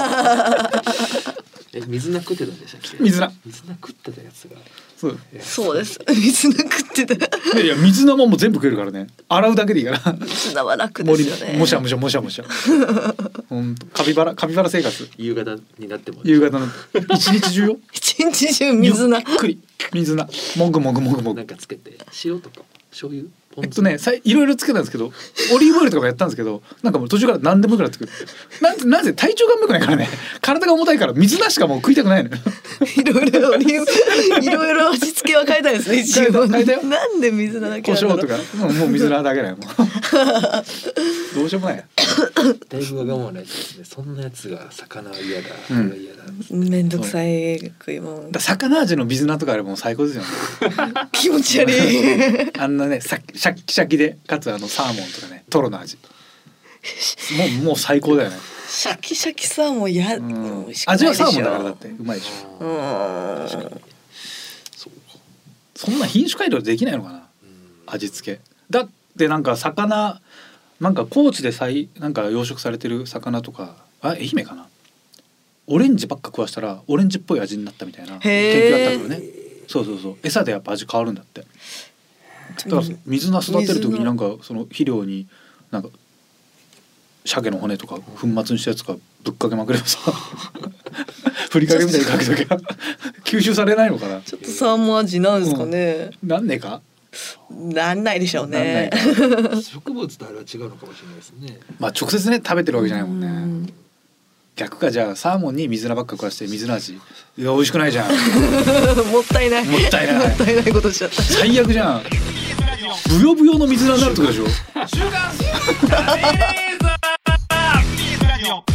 え水菜食ってたんでしたっけ。 水菜水菜食ってたやつが。 そうそうです水菜食ってた。 いやいや水菜ももう全部食えるからね洗うだけでいいから。 水菜は楽ですよね。 もしゃもしゃもしゃもしゃ。ほんとカピバラカピバラ生活。 夕方になっても。 夕方の一日中よ。 一日中水菜ゆっくり水菜もぐもぐもぐもぐなん。かつけて塩とか醤油。ポン酢えっとねさいいろいろつけたんですけどオリーブオイルとかやったんですけどなんかもう途中から何でもいいから作る。なんなぜ体調が良くないからね体が重たいから水菜しかもう食いたくないのよ。 いろいろオリーブいろいろ味付けは変えたんですね一応。 変えたよなんで水菜だけ胡なんだろう。 椒とかもうもう水菜だけだよもう。どうしようもない。 だいぶわがままなやつですね。そんなやつが魚は嫌だ、 うんこれは嫌だ。 めんどくさい食い物。 だ魚味の水菜とかあればもう最高ですよね。 気持ち悪い。 あんなねさシャキシャキでかつあのサーモンとかねトロの味もうもう最高だよね。 シャキシャキサーモンや、 うん美味しくないでしょ味はサーモンだからだってうまいでしょ。 うーん確かに。そうか。 そんな品種改良できないのかなうん味付け。だってなんか魚なんか高知でさいなんか養殖されてる魚とかあ愛媛かなオレンジばっか食わしたらオレンジっぽい味になったみたいな研へー究あったからね。そうそうそう餌でやっぱ味変わるんだって。だから水菜育てる時になんかその肥料になんか鮭の骨とか粉末にしたやつがぶっかけまくればさふりかけみたいにかけときゃ吸収されないのかな。 ちょっとサーモン味なんですかね、 なんねえかなんないでしょうね。 なんないか植物とあれは違うのかもしれないですね。 まあ直接ね食べてるわけじゃないもんね。 うん逆かじゃあサーモンに水菜ばっか食わして水菜味いや美味しくないじゃん。 もったいないもったいないもったいないことしちゃった。 最悪じゃん。 ブヨブヨの水菜になるってことでしょ。 週刊しゃべれーザーラジオ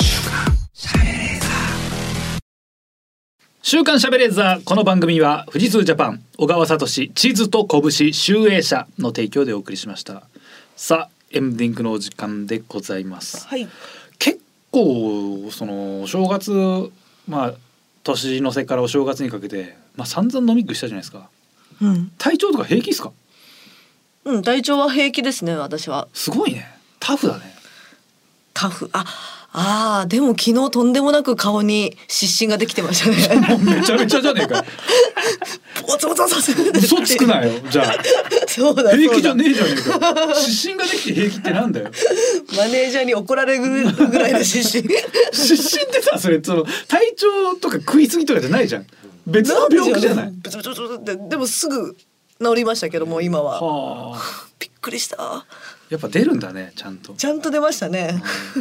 週刊しゃべれーザー。この番組は富士通ジャパン、小川聡、地図と拳集英社の提供でお送りしました。さあエンディングのお時間でございます。 はい。 結構そのお正月、まあ年の瀬からお正月にかけて、まあ、散々飲み食いしたじゃないですか。 うん。 体調とか平気ですか？ うん、体調は平気ですね。私はすごいね、タフだね。 タフ。あ、あーでも昨日とんでもなく顔に湿疹ができてましたね。 もうめちゃめちゃじゃねえか。 ボツボツボツボツ。 嘘つくなよ。じゃあそうだそうだ。 平気じゃねえじゃねえか。湿疹ができて平気ってなんだよ。 マネージャーに怒られるぐらいの湿疹。 湿疹ってさ、それその体調とか食いすぎとかじゃないじゃん。別の病気じゃない。 ブツブツブツってでもすぐ治りましたけども今は。 はあ。 びっくりした。 やっぱ出るんだね、ちゃんと。 ちゃんと出ましたね。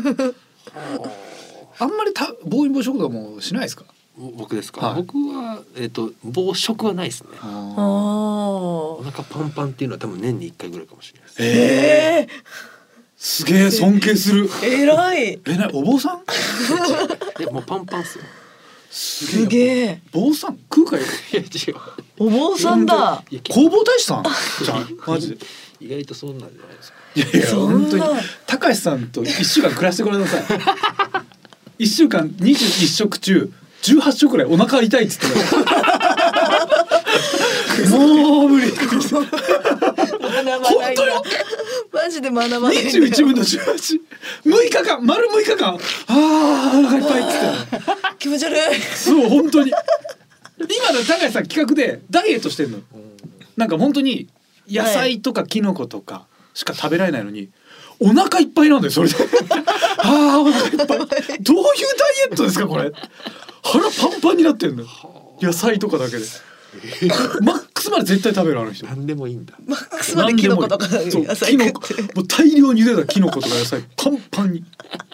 あんまりた暴飲暴食とかもしないですか？ 僕ですか、 はい、 僕は、えー、と暴食はないですね。 あお腹パンパンっていうのは多分年にいっかいぐらいかもしれないです。 えー、すげえ尊敬する。 えらい。 え、なお坊さん？ いやもうパンパンっすよ。 すげえ。 坊さん食うかよ。 いや違う。 お坊さんだ。 弘法大師さんじゃんマジで。 意外とそうなんじゃないですか。 いやいや本当に高橋さんと一週間暮らしてごらんなさい。一週間にじゅういち食中じゅうはち食くらいお腹痛いっつってもう無理。 学ばないな。マジで学ばない。 にじゅういちぶんのじゅうはち、むいかかん丸むいかかん、ああお腹いっぱいっつって気持ち悪い。 そう本当に今の高橋さん企画でダイエットしてんの。なんか本当に野菜とかキノコとかしか食べられないのに、お腹いっぱいなんだよそれで。ああお腹いっぱい。どういうダイエットですかこれ。腹パンパンになってんの。野菜とかだけで。マックスまで絶対食べるあの人。 何でもいいんだ。 マックスまでキノコとか野菜キノコもう大量に茹でたキノコとか野菜パンパンに。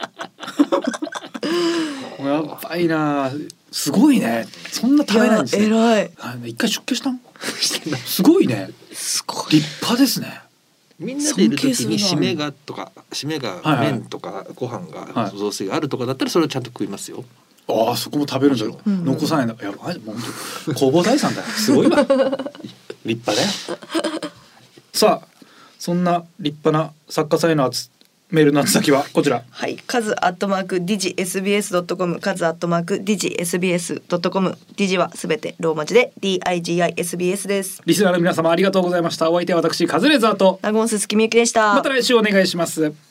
やばいな。すごいね。そんな食べないんですね。 偉い。 一回出家したん？すごいね。 すごい。 立派ですね。 みんなでいる時に締めがとか締めが麺とかご飯が雑炊があるとかだったらそれをちゃんと食いますよ。 ああそこも食べるんだろう、うん、残さないんだ。いやマジもう本当弘法大師さんだよ。すごいわ。立派だよ。さあそんな立派な作家さんへのメールの宛先はこちら。 はい、カズアットマークディジ エスビーエス ドットコム、カズアットマークディジ エスビーエス ドットコム、ディジはすべてローマ字で ディーアイジーアイエスビーエス です。 リスナーの皆様ありがとうございました。お相手は私カズレーザーとラゴンススキミユキでした。 また来週お願いします。